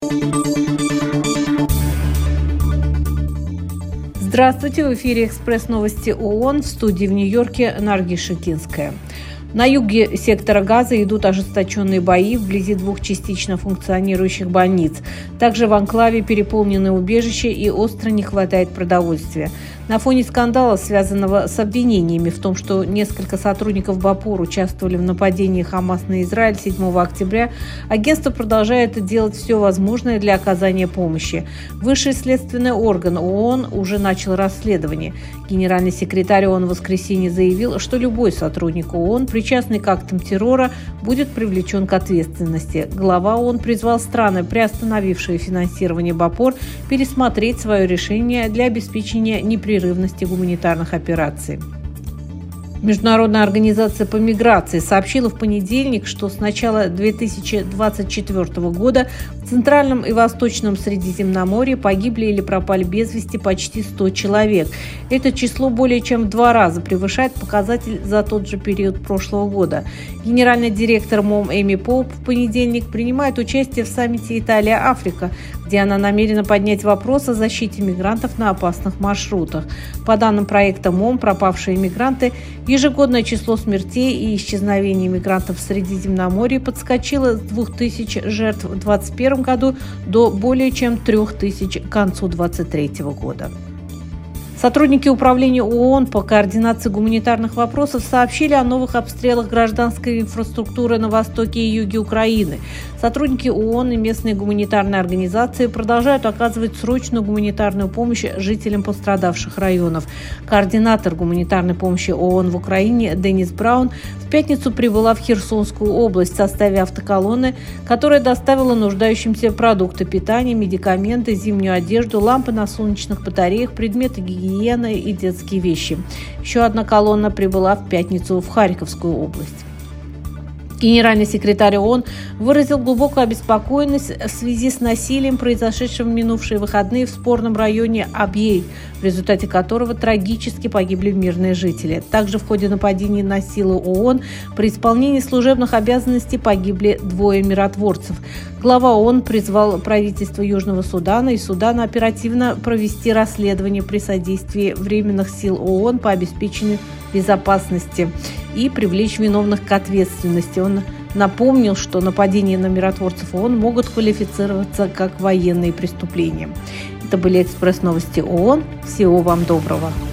Здравствуйте, в эфире «Экспресс-новости ООН», в студии в Нью-Йорке Наргиз Шакинская. На юге сектора Газа идут ожесточенные бои вблизи двух частично функционирующих больниц. Также в анклаве переполнены убежища и остро не хватает продовольствия. На фоне скандала, связанного с обвинениями в том, что несколько сотрудников БАПОР участвовали в нападении Хамас на Израиль 7 октября, агентство продолжает делать все возможное для оказания помощи. Высший следственный орган ООН уже начал расследование. Генеральный секретарь ООН в воскресенье заявил, что любой сотрудник ООН, причастный к актам террора, будет привлечен к ответственности. Глава ООН призвал страны, приостановившие финансирование БАПОР, пересмотреть свое решение для обеспечения непрерывности гуманитарных операций. Международная организация по миграции сообщила в понедельник, что с начала 2024 года в Центральном и Восточном Средиземноморье погибли или пропали без вести почти 100 человек. Это число более чем в 2 раза превышает показатель за тот же период прошлого года. Генеральный директор МОМ Эми Поуп в понедельник принимает участие в саммите «Италия-Африка», где она намерена поднять вопрос о защите мигрантов на опасных маршрутах. По данным проекта МОМ, пропавшие мигранты, ежегодное число смертей и исчезновений мигрантов в Средиземноморье подскочило с 2000 жертв в 2021 году до более чем 3000 к концу 2023 года. Сотрудники Управления ООН по координации гуманитарных вопросов сообщили о новых обстрелах гражданской инфраструктуры на востоке и юге Украины. Сотрудники ООН и местные гуманитарные организации продолжают оказывать срочную гуманитарную помощь жителям пострадавших районов. Координатор гуманитарной помощи ООН в Украине Денис Браун в пятницу прибыла в Херсонскую область в составе автоколонны, которая доставила нуждающимся продукты питания, медикаменты, зимнюю одежду, лампы на солнечных батареях, предметы гигиены и детские вещи. Еще одна колонна прибыла в пятницу в Харьковскую область. Генеральный секретарь ООН выразил глубокую обеспокоенность в связи с насилием, произошедшим в минувшие выходные в спорном районе Абьей, в результате которого трагически погибли мирные жители. Также в ходе нападений на силы ООН при исполнении служебных обязанностей погибли 2 миротворцев. Глава ООН призвал правительство Южного Судана и Судана оперативно провести расследование при содействии временных сил ООН по обеспечению безопасности и привлечь виновных к ответственности. Он напомнил, что нападения на миротворцев ООН могут квалифицироваться как военные преступления. Это были «Экспресс-новости ООН». Всего вам доброго.